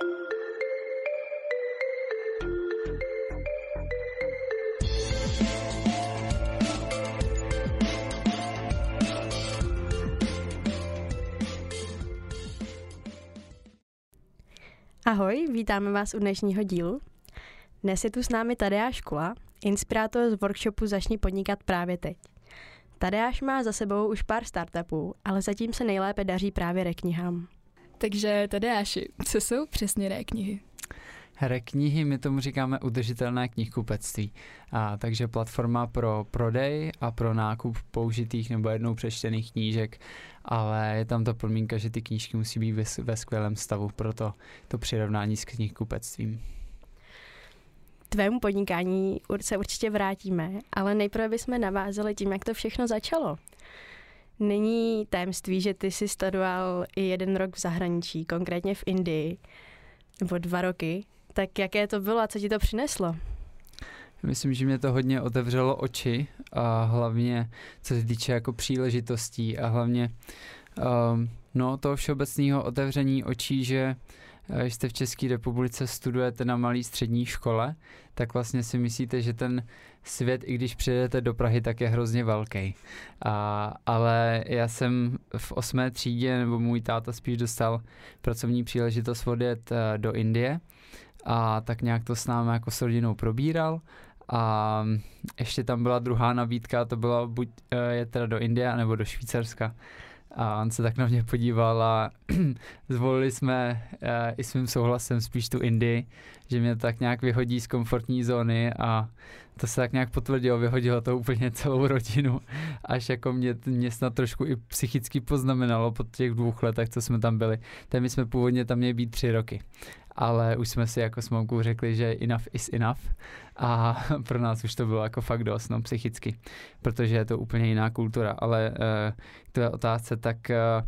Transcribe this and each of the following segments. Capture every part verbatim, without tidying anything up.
Ahoj, vítáme vás u dnešního dílu. Dnes je tu s námi Tadeáš Kula, inspirátor z workshopu Začni podnikat právě teď. Tadeáš má za sebou už pár startupů, ale zatím se nejlépe daří právě reknihám. Takže Tadeáši, co jsou přesně reknihy? Reknihy, my tomu říkáme udržitelné knihkupectví. A, takže platforma pro prodej a pro nákup použitých nebo jednou přečtených knížek, ale je tam ta podmínka, že ty knížky musí být ve, ve skvělém stavu, proto to přirovnání s knihkupectvím. Tvému podnikání se určitě vrátíme, ale nejprve bychom navázali tím, jak to všechno začalo. Není tajemství, že ty jsi studoval i jeden rok v zahraničí, konkrétně v Indii, nebo dva roky. Tak jaké to bylo a co ti to přineslo? Myslím, že mě to hodně otevřelo oči a hlavně co se týče jako příležitostí a hlavně um, no, toho všeobecného otevření očí, že když jste v České republice studujete na malé střední škole, tak vlastně si myslíte, že ten svět, i když přijedete do Prahy, tak je hrozně velký. A, ale já jsem v osmé třídě, nebo můj táta spíš dostal pracovní příležitost odjet do Indie a tak nějak to s námi jako s rodinou probíral. A ještě tam byla druhá nabídka, to byla buď je teda do Indie, nebo do Švýcarska. A on se tak na mě podíval a zvolili jsme e, i svým souhlasem spíš tu Indii, že mě to tak nějak vyhodí z komfortní zóny a to se tak nějak potvrdilo, vyhodilo to úplně celou rodinu, až jako mě, mě snad trošku i psychicky poznamenalo po těch dvou letech, co jsme tam byli. Tak my jsme původně tam měli být tři roky, ale už jsme si jako s mamkou řekli, že enough is enough a pro nás už to bylo jako fakt dost, no, psychicky, protože je to úplně jiná kultura, ale uh, k té otázce, tak uh,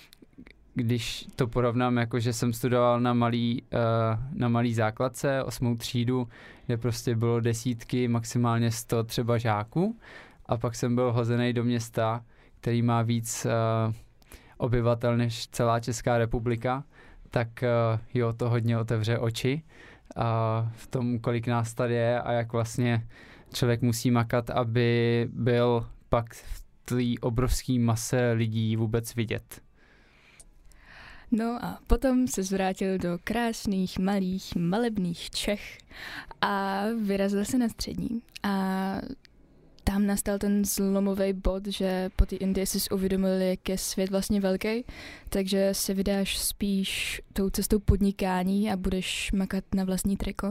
když to porovnám, jako že jsem studoval na malý, uh, na malý základce, osmou třídu, kde prostě bylo desítky, maximálně sto třeba žáků a pak jsem byl hozený do města, který má víc uh, obyvatel než celá Česká republika, tak uh, jo, to hodně otevře oči a v tom, kolik nás tady je a jak vlastně člověk musí makat, aby byl pak v té obrovské mase lidí vůbec vidět. No a potom se zvrátil do krásných, malých, malebných Čech a vyrazil se na střední. A tam nastal ten zlomový bod, že po té Indii jsi uvědomil, jak je svět vlastně velký, takže se vydáš spíš tou cestou podnikání a budeš makat na vlastní triko.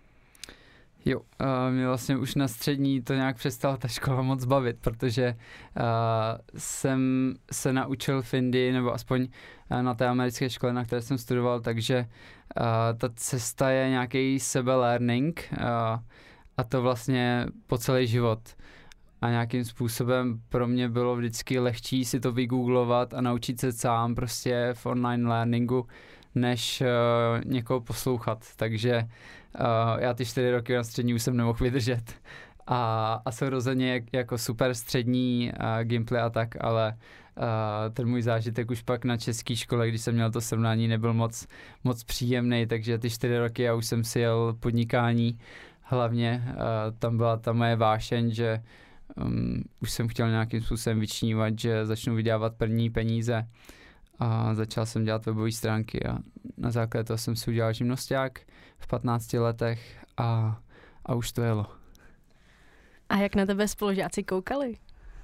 Jo, uh, mě vlastně už na střední to nějak přestala ta škola moc bavit, protože uh, jsem se naučil v Indii, nebo aspoň uh, na té americké škole, na které jsem studoval, takže uh, ta cesta je nějaký sebe-learning uh, a to vlastně po celý život. A nějakým způsobem pro mě bylo vždycky lehčí si to vygooglovat a naučit se sám prostě v online learningu, než uh, někoho poslouchat. Takže uh, já ty čtyři roky na střední už jsem nemohl vydržet. A, a jsou rozhodně jak, jako super střední uh, gameplay a tak, ale uh, ten můj zážitek už pak na české škole, když jsem měl to srovnání, nebyl moc, moc příjemný, takže ty čtyři roky já už jsem si jel podnikání. Hlavně uh, tam byla ta moje vášeň, že Um, už jsem chtěl nějakým způsobem vyčnívat, že začnu vydělávat první peníze a začal jsem dělat webové stránky a na základě toho jsem si udělal živnosťák v patnácti letech a, a už to jelo. A jak na tebe spolužáci koukali?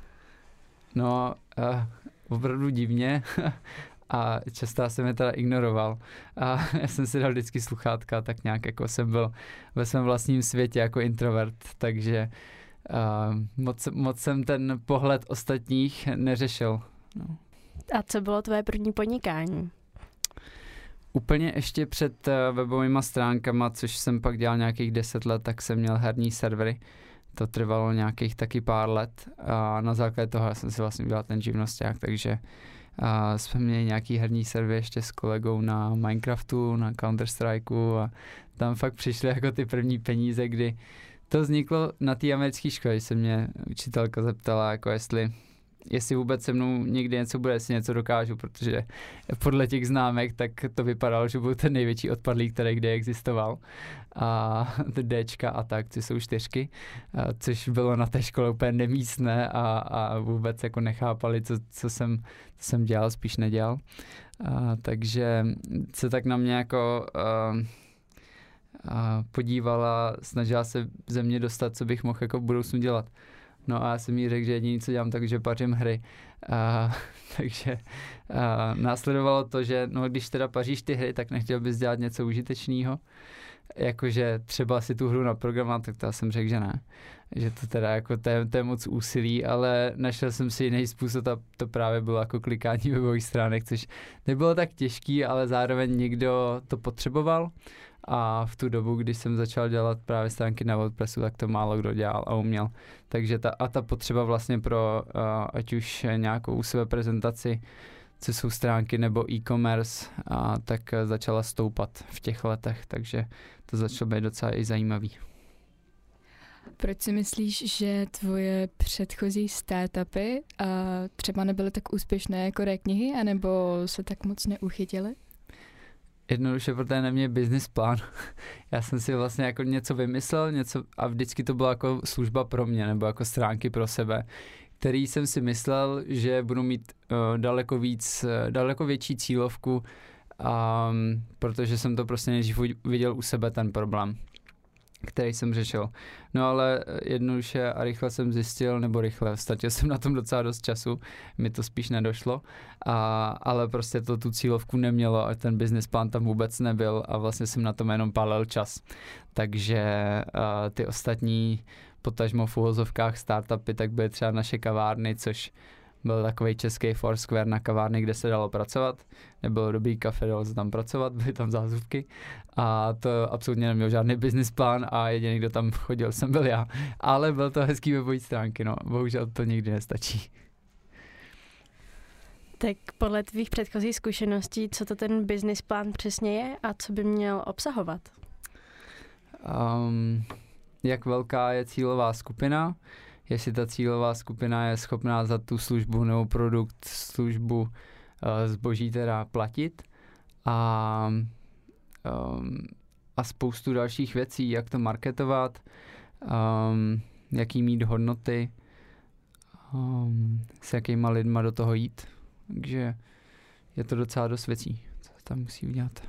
No, uh, opravdu divně a často jsem je teda ignoroval a já jsem si dal vždycky sluchátka, tak nějak jako jsem byl ve svém vlastním světě jako introvert, takže Uh, moc, moc jsem ten pohled ostatních neřešil. No. A co bylo tvoje první podnikání? Úplně ještě před uh, webovými stránkama, což jsem pak dělal nějakých deset let, tak jsem měl herní servery. To trvalo nějakých taky pár let a na základě toho jsem si vlastně dělal ten živnosťák, takže uh, jsme měli nějaký herní server ještě s kolegou na Minecraftu, na Counter-Strikeu a tam fakt přišly jako ty první peníze, kdy to vzniklo na té americké škole, když se mě učitelka zeptala, jako jestli jestli vůbec se mnou někdy něco bude, jestli něco dokážu, protože podle těch známek tak to vypadalo, že byl ten největší odpadlík, který kdy existoval. A Dčka a tak, což jsou čtyřky, a což bylo na té škole úplně nemístné a, a vůbec jako nechápali, co, co, jsem, co jsem dělal, spíš nedělal. A, takže se tak na mě jako a, a podívala, snažila se ze mě dostat, co bych mohl jako v budoucnu dělat. No a já jsem jí řekl, že jediné, co dělám, takže pařím hry. A, takže a, následovalo to, že no, když teda paříš ty hry, tak nechtěl bys dělat něco užitečného. Jakože třeba si tu hru naprogramovat, tak to já jsem řekl, že ne. Že to teda jako to je, to je moc úsilí, ale našel jsem si jiný způsob a to právě bylo jako klikání webových stránek, což nebylo tak těžký, ale zároveň někdo to potřeboval. A v tu dobu, když jsem začal dělat právě stránky na WordPressu, tak to málo kdo dělal a uměl. Takže ta, a ta potřeba vlastně pro uh, ať už nějakou své prezentaci, co jsou stránky nebo e-commerce, a tak začala stoupat v těch letech, takže to začalo být docela i zajímavý. Proč si myslíš, že tvoje předchozí startupy a třeba nebyly tak úspěšné jako Reknihy, anebo se tak moc neuchytily? Jednoduše, protože neměl business plán. Já jsem si vlastně jako něco vymyslel, něco a vždycky to byla jako služba pro mě, nebo jako stránky pro sebe, který jsem si myslel, že budu mít uh, daleko víc, uh, daleko větší cílovku, um, protože jsem to prostě nejdřív viděl u sebe ten problém, který jsem řešil. No ale jednoduše a rychle jsem zjistil, nebo rychle, ztratil jsem na tom docela dost času, mi to spíš nedošlo, a, ale prostě to tu cílovku nemělo a ten business plán tam vůbec nebyl a vlastně jsem na tom jenom pálil čas. Takže uh, ty ostatní potažmo v uvozovkách startupy, tak byly třeba naše kavárny, což byl takový český Foursquare na kavárny, kde se dalo pracovat. Nebylo dobrý kafe, dalo se tam pracovat, byly tam zázuvky a to absolutně neměl žádný business plán a jediný, kdo tam chodil, jsem byl já. Ale byl to hezký webový stránky, no. Bohužel to nikdy nestačí. Tak podle tvých předchozích zkušeností, co to ten business plán přesně je a co by měl obsahovat? Um, jak velká je cílová skupina, jestli ta cílová skupina je schopná za tu službu nebo produkt, službu, uh, zboží teda platit a, um, a spoustu dalších věcí, jak to marketovat, um, jaký mít hodnoty, um, s jakýma lidma do toho jít. Takže je to docela dost věcí, co tam musí udělat.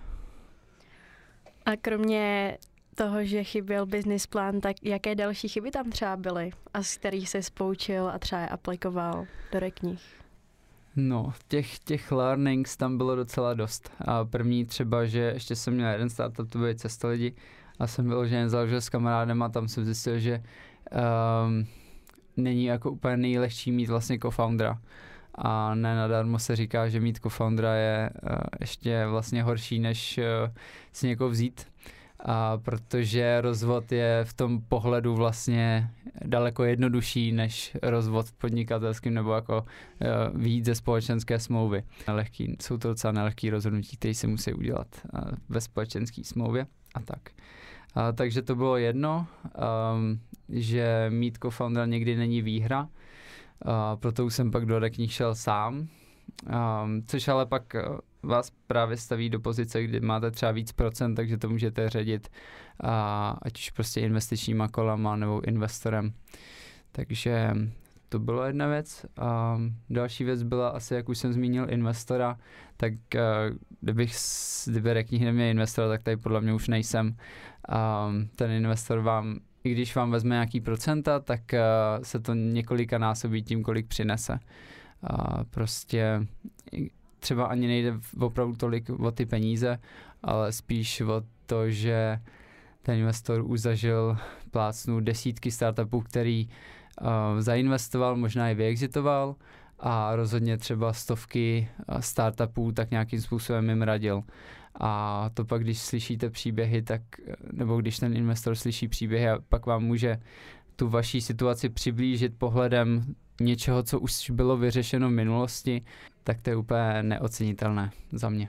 A kromě toho, že chyběl business plán, tak jaké další chyby tam třeba byly a z kterých se spoučil a třeba je aplikoval do Reknih? No, těch, těch learnings tam bylo docela dost. A první třeba, že ještě jsem měl jeden startup, to byly Cesta lidi a jsem vyloženě založil s kamarádem a tam jsem zjistil, že um, není jako úplně nejlehčí mít vlastně co-foundera. A ne nadarmo se říká, že mít co-foundera je uh, ještě vlastně horší, než uh, si někoho vzít. A protože rozvod je v tom pohledu vlastně daleko jednodušší než rozvod v podnikatelském nebo jako uh, vyjít ze společenské smlouvy. Nelehký, jsou to docela nelehký rozhodnutí, které se musí udělat uh, ve společenské smlouvě a tak. Uh, takže to bylo jedno, um, že mít co-foundera někdy není výhra, uh, proto už jsem pak do Reknih šel sám, um, což ale pak uh, vás právě staví do pozice, kdy máte třeba víc procent, takže to můžete ředit a ať už prostě investičníma kolama nebo investorem. Takže to byla jedna věc. A další věc byla asi, jak už jsem zmínil, investora, tak kdybych, kdyby Reknih neměl investora, tak tady podle mě už nejsem. A ten investor vám, i když vám vezme nějaký procenta, tak se to několika násobí tím, kolik přinese. A prostě třeba ani nejde opravdu tolik o ty peníze, ale spíš o to, že ten investor už zažil plácnu desítky startupů, který uh, zainvestoval, možná i vyexitoval a rozhodně třeba stovky startupů tak nějakým způsobem jim radil. A to pak, když slyšíte příběhy, tak, nebo když ten investor slyší příběhy, pak vám může tu vaší situaci přiblížit pohledem něčeho, co už bylo vyřešeno v minulosti, tak to je úplně neocenitelné za mě.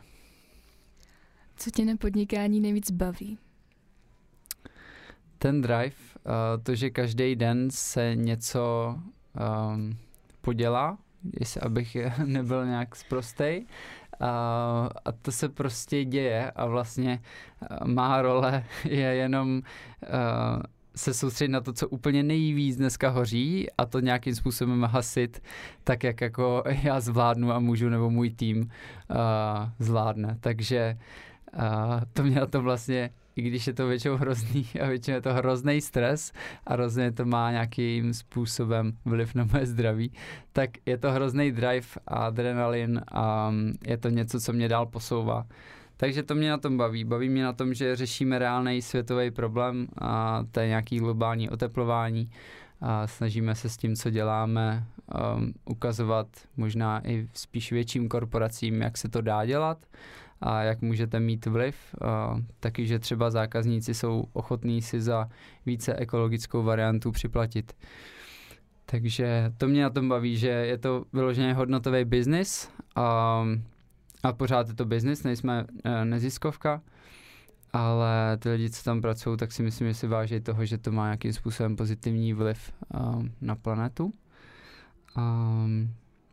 Co tě na podnikání nejvíc baví? Ten drive, uh, to, že každý den se něco um, podělá, jestli abych nebyl nějak sprostej. A, a to se prostě děje a vlastně má role je jenom uh, se soustředit na to, co úplně nejvíc dneska hoří a to nějakým způsobem hasit tak, jak jako já zvládnu a můžu nebo můj tým uh, zvládne. Takže uh, to mě na to vlastně, i když je to většinou hrozný a většinou je to hrozný stres a hrozně to má nějakým způsobem vliv na moje zdraví, tak je to hrozný drive a adrenalin a je to něco, co mě dál posouvá. Takže to mě na tom baví. Baví mě na tom, že řešíme reálný světový problém a to je nějaký globální oteplování a snažíme se s tím, co děláme, um, ukazovat možná i spíš větším korporacím, jak se to dá dělat a jak můžete mít vliv. Uh, taky, že třeba zákazníci jsou ochotní si za více ekologickou variantu připlatit. Takže to mě na tom baví, že je to vyloženě hodnotový biznis a A pořád je to biznis, nejsme e, neziskovka, ale ty lidi, co tam pracují, tak si myslím, že si váží toho, že to má nějakým způsobem pozitivní vliv um, na planetu. Um,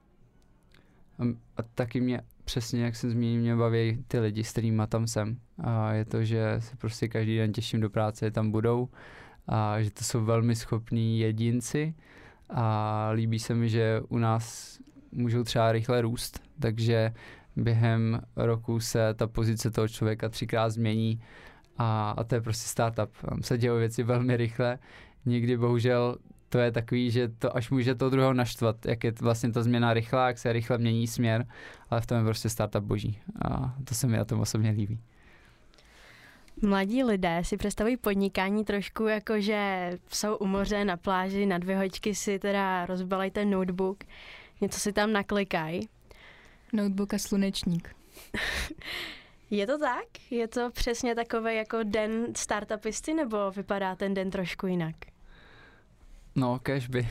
a taky mě přesně, jak jsem zmínil, mě baví ty lidi, s kterýma tam jsem. A je to, že se prostě každý den těším do práce, tam budou a že to jsou velmi schopní jedinci a líbí se mi, že u nás můžou třeba rychle růst, takže během roku se ta pozice toho člověka třikrát změní a, a to je prostě startup. Tam se dějí věci velmi rychle. Někdy bohužel to je takový, že to až může toho druhého naštvat, jak je vlastně ta změna rychlá, jak se rychle mění směr, ale v tom je prostě startup boží a to se mi na tom osobně líbí. Mladí lidé si představují podnikání trošku jako, že jsou u moře na pláži, na dvě hoďky si teda rozbalají ten notebook, něco si tam naklikají. Notebook a slunečník. Je to tak? Je to přesně takový jako den startupisty, nebo vypadá ten den trošku jinak? No, cashby.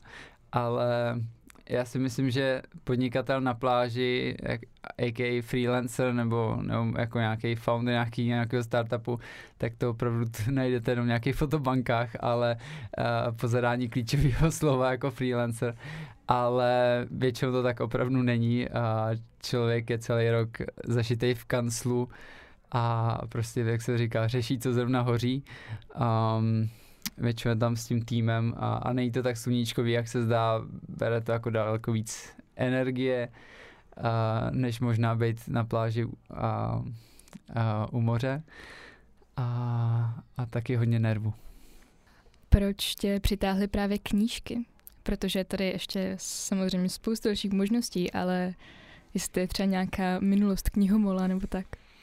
Ale já si myslím, že podnikatel na pláži, a ká a freelancer nebo, nebo jako nějaký founder nějaký, nějakého startupu, tak to opravdu najdete jenom v nějakých fotobankách, ale uh, po zadání klíčového slova jako freelancer. Ale většinou to tak opravdu není a člověk je celý rok zašitej v kanclu a prostě, jak se říká, řeší, co zrovna hoří. Um, většinou tam s tím týmem a, a není to tak sluníčkový, jak se zdá, bere to jako daleko víc energie, a, než možná být na pláži a, a u moře a, a taky hodně nervu. Proč tě přitáhly právě knížky? Protože tady ještě samozřejmě spoustu dalších možností, ale jestli je třeba nějaká minulost knihomola nebo tak.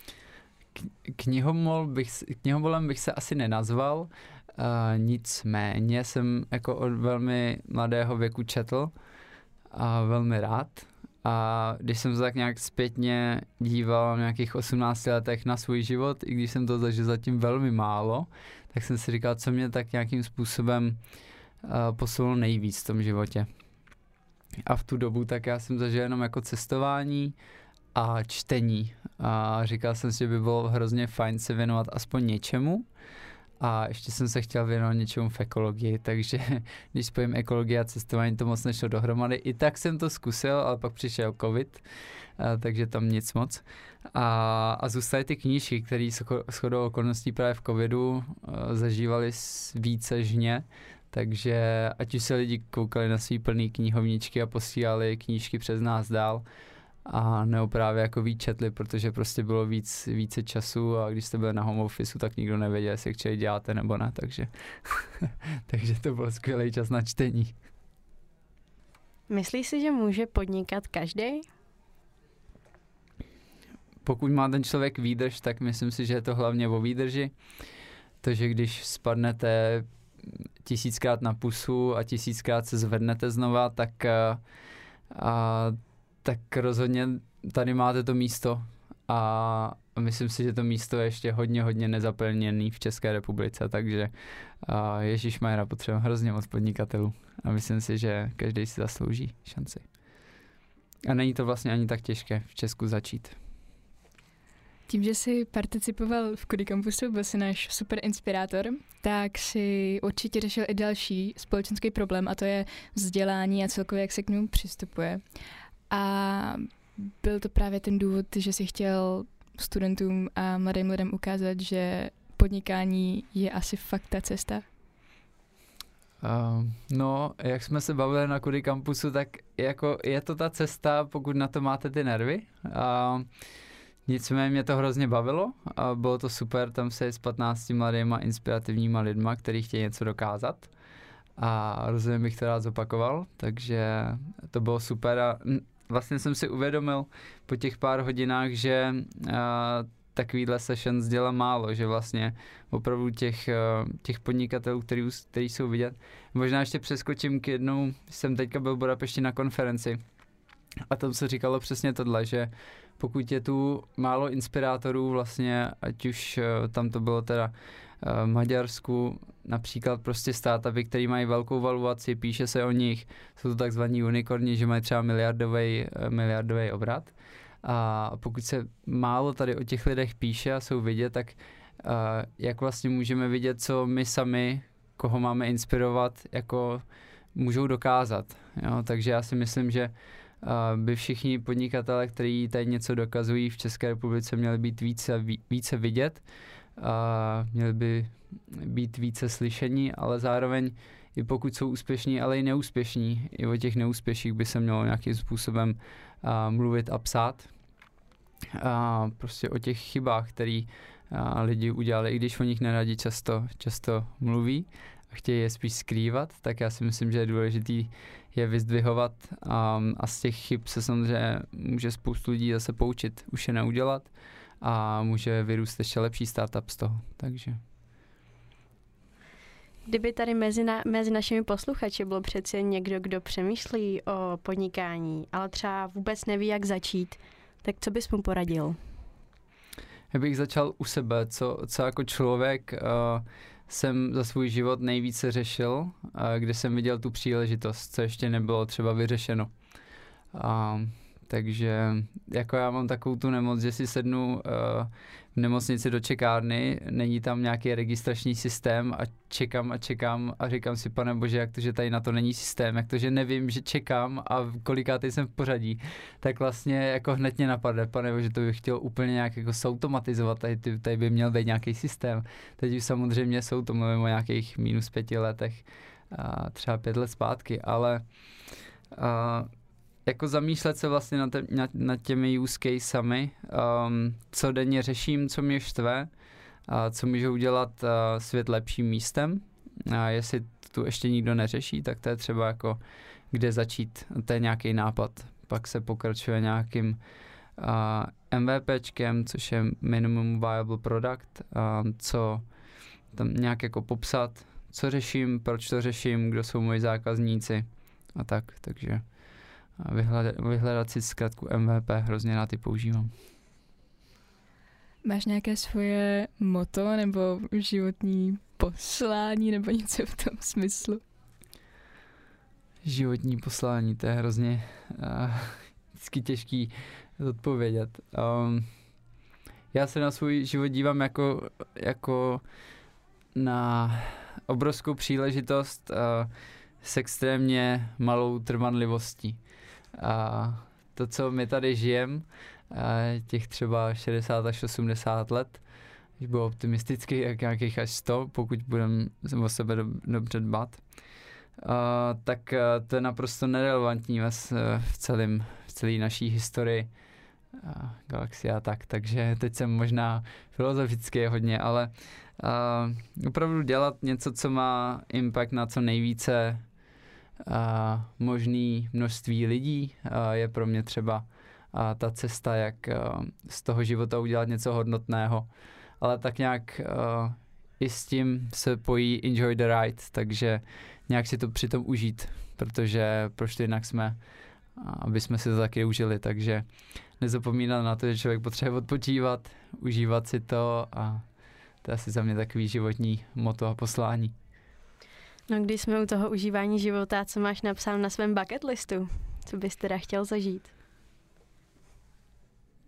Knihomol bych, knihomolem bych se asi nenazval, uh, nicméně jsem jako od velmi mladého věku četl a velmi rád. A když jsem se tak nějak zpětně díval v nějakých osmnácti letech na svůj život, i když jsem to zažil zatím velmi málo, tak jsem si říkal, co mě tak nějakým způsobem uh, posunulo nejvíc v tom životě. A v tu dobu tak já jsem zažil jenom jako cestování a čtení. A říkal jsem si, že by bylo hrozně fajn se věnovat aspoň něčemu. A ještě jsem se chtěl věnovat něčemu v ekologii, takže když spojím ekologii a cestování, to moc nešlo dohromady. I tak jsem to zkusil, ale pak přišel covid, a, takže tam nic moc. A, a zůstaly ty knížky, které shodou okolností právě v covidu a, zažívali více žně, takže ať už se lidi koukali na svý plný knihovničky a posílali knížky přes nás dál, a nebo právě jako víc četli, protože prostě bylo víc, více času a když jste byli na home officeu, tak nikdo nevěděl, jestli k děláte nebo ne, takže, takže to byl skvělý čas na čtení. Myslíš si, že může podnikat každý? Pokud má ten člověk výdrž, tak myslím si, že je to hlavně o výdrži. To, že když spadnete tisíckrát na pusu a tisíckrát se zvednete znova, tak a, a tak rozhodně tady máte to místo a myslím si, že to místo je ještě hodně, hodně nezaplněný v České republice, takže ježišmarja, potřebujeme hrozně moc podnikatelů a myslím si, že každý si zaslouží šanci. A není to vlastně ani tak těžké v Česku začít. Tím, že jsi participoval v Kudy Campusu, byl jsi náš super inspirátor, tak si určitě řešil i další společenský problém, a to je vzdělání a celkově, jak se k němu přistupuje. A byl to právě ten důvod, že jsi chtěl studentům a mladým lidem ukázat, že podnikání je asi fakt ta cesta? Uh, no, jak jsme se bavili na Kudy Campusu, tak jako je to ta cesta, pokud na to máte ty nervy. Uh, nicméně mě to hrozně bavilo a bylo to super tam se s patnácti mladýma inspirativníma lidma, kteří chtějí něco dokázat. A rozhodně bych to rád zopakoval, takže to bylo super a vlastně jsem si uvědomil po těch pár hodinách, že uh, takovýhle sessions dělá málo, že vlastně opravdu těch, těch podnikatelů, který, který jsou vidět. Možná ještě přeskočím k jednou, jsem teďka byl v Budapešti na konferenci a tam se říkalo přesně tohle, že pokud je tu málo inspirátorů vlastně, ať už tam to bylo teda v Maďarsku, například prostě startupy, který mají velkou valuaci, píše se o nich, jsou to takzvaní unikorni, že mají třeba miliardový, miliardový obrat. A pokud se málo tady o těch lidech píše a jsou vidět, tak uh, jak vlastně můžeme vidět, co my sami, koho máme inspirovat, jako můžou dokázat. Jo? Takže já si myslím, že uh, by všichni podnikatelé, kteří tady něco dokazují v České republice, měli být více, více vidět, uh, měli by být více slyšení, ale zároveň i pokud jsou úspěšní, ale i neúspěšní, i o těch neúspěších by se mělo nějakým způsobem uh, mluvit a psát. A prostě o těch chybách, které lidi udělali, i když o nich neradi často, často mluví a chtějí je spíš skrývat, tak já si myslím, že je důležitý je vyzdvihovat a, a z těch chyb se samozřejmě může spoustu lidí zase poučit, už je neudělat a může vyrůst ještě lepší startup z toho, takže... Kdyby tady mezi, na, mezi našimi posluchači byl přeci někdo, kdo přemýšlí o podnikání, ale třeba vůbec neví, jak začít, tak co bys mu poradil? Já bych začal u sebe, co, co jako člověk uh, jsem za svůj život nejvíce řešil, uh, kde jsem viděl tu příležitost, co ještě nebylo třeba vyřešeno. Uh, takže jako já mám takovou tu nemoc, že si sednu uh, v nemocnici do čekárny, není tam nějaký registrační systém a čekám a čekám a říkám si, pane bože, jak to, že tady na to není systém, jak to, že nevím, že čekám a kolikátej jsem v pořadí, tak vlastně jako hned mě napadne, pane bože, to bych chtěl úplně nějak jako zautomatizovat, tady, tady by měl být nějaký systém. Teď už samozřejmě jsou, to mluvím o nějakých minus pěti letech, a třeba pět let zpátky, ale a, jako zamýšlet se vlastně nad, nad, nad těmi use casami, um, co denně řeším, co mě štve, a co můžu udělat uh, svět lepším místem. A jestli tu ještě nikdo neřeší, tak to je třeba jako kde začít. To je nějaký nápad. Pak se pokračuje nějakým uh, MVPčkem, což je Minimum Viable Product, uh, co tam nějak jako popsat, co řeším, proč to řeším, kdo jsou moji zákazníci a tak, takže Vyhledat, vyhledat si zkrátku M V P, hrozně na ty používám. Máš nějaké svoje motto nebo životní poslání nebo něco v tom smyslu? Životní poslání, to je hrozně uh, vždycky těžký odpovědět. Um, já se na svůj život dívám jako, jako na obrovskou příležitost uh, s extrémně malou trvanlivostí. A to, co my tady žijeme, těch třeba šedesát až osmdesát let, když bylo optimisticky, jak nějakých až sto, pokud budeme o sebe do, dobře dbat, a, tak a, to je naprosto nerelevantní v, v, celém, v celé naší historii a, galaxie a tak. Takže teď jsem možná filozoficky hodně, ale a, opravdu dělat něco, co má impact na co nejvíce a možný množství lidí a je pro mě třeba a ta cesta, jak a, z toho života udělat něco hodnotného. Ale tak nějak a, i s tím se pojí enjoy the ride, takže nějak si to přitom užít, protože proč to jinak jsme, aby jsme si to taky užili, takže nezapomínat na to, že člověk potřebuje odpočívat, užívat si to a to je asi za mě takový životní motto a poslání. No, když jsme u toho užívání života, co máš napsán na svém bucket listu? Co bys teda chtěl zažít?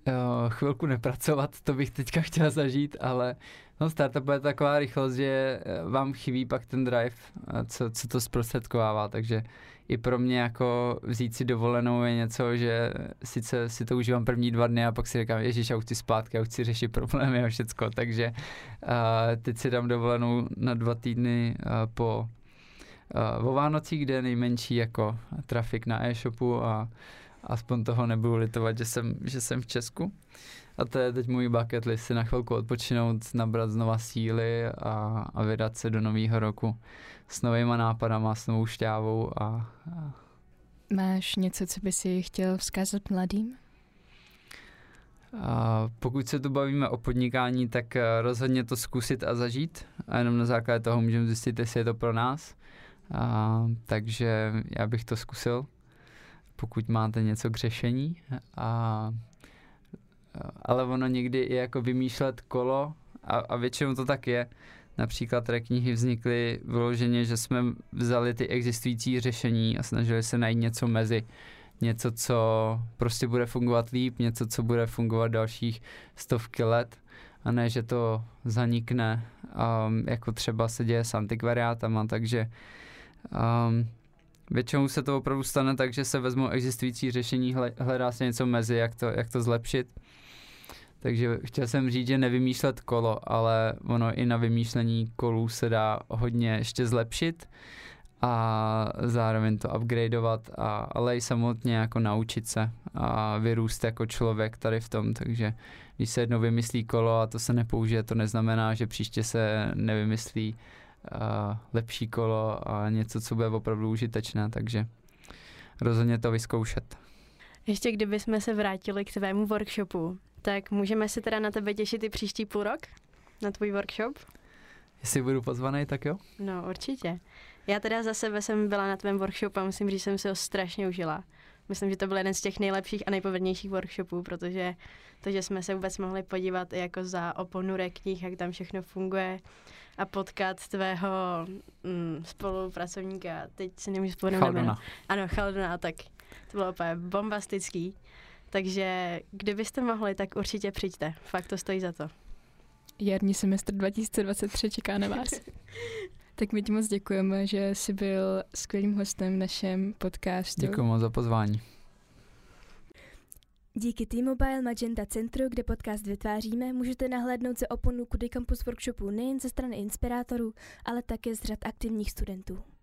uh, chvilku nepracovat, to bych teďka chtěl zažít, ale no, startup je taková rychlost, že vám chybí pak ten drive, co, co to zprostředkovává, takže i pro mě jako vzít si dovolenou je něco, že sice si to užívám první dva dny a pak si říkám, ježiš, já už chci zpátky, já už chci řešit problémy a všecko, takže uh, teď si dám dovolenou na dva týdny uh, po uh, o Vánocích, kde je nejmenší jako trafik na e-shopu a aspoň toho nebudu litovat, že jsem, že jsem v Česku. A to je teď můj bucket list, si na chvilku odpočinout, nabrat znova síly a, a vydat se do nového roku s novýma nápadama, s novou šťávou. A, a... Máš něco, co by si chtěl vzkázat mladým? A pokud se tu bavíme o podnikání, tak rozhodně to zkusit a zažít. A jenom na základě toho můžeme zjistit, jestli je to pro nás. A, takže já bych to zkusil, pokud máte něco k řešení. A ale ono někdy je jako vymýšlet kolo a, a většinou to tak je. Například té knihy vznikly vyloženě, že jsme vzali ty existující řešení a snažili se najít něco mezi. Něco, co prostě bude fungovat líp, něco, co bude fungovat dalších stovky let a ne, že to zanikne, um, jako třeba se děje s antikvariátama, takže um, většinou se to opravdu stane tak, že se vezmou existující řešení, hledá se něco mezi, jak to, jak to zlepšit. Takže chtěl jsem říct, že nevymýšlet kolo, ale ono i na vymýšlení kolů se dá hodně ještě zlepšit a zároveň to upgradeovat, a, ale i samotně jako naučit se a vyrůst jako člověk tady v tom. Takže když se jednou vymyslí kolo a to se nepoužije, to neznamená, že příště se nevymyslí uh, lepší kolo a něco, co bude opravdu užitečné, takže rozhodně to vyzkoušet. Ještě kdybychom se vrátili k tvému workshopu, tak můžeme se teda na tebe těšit i příští půl rok? Na tvůj workshop? Jestli budu pozvaný, tak jo? No, určitě. Já teda za sebe jsem byla na tvém workshopu a musím říct, že jsem si ho strašně užila. Myslím, že to byl jeden z těch nejlepších a nejpovednějších workshopů, protože to, že jsme se vůbec mohli podívat jako za oponurek knih, jak tam všechno funguje a potkat tvého mm, spolupracovníka, teď si nemůžu vzpomenout na jméno. Ano, Chaldona, tak to bylo úplně bombastický. Takže kdybyste mohli, tak určitě přijďte. Fakt to stojí za to. Jarní semestr dva tisíce dvacet tři čeká na vás. Tak my ti moc děkujeme, že jsi byl skvělým hostem v našem podcastu. Děkuji moc za pozvání. Díky T-Mobile Magenta Centru, kde podcast vytváříme, můžete nahlédnout se o ponuku Campus workshopů nejen ze strany inspirátorů, ale také z řad aktivních studentů.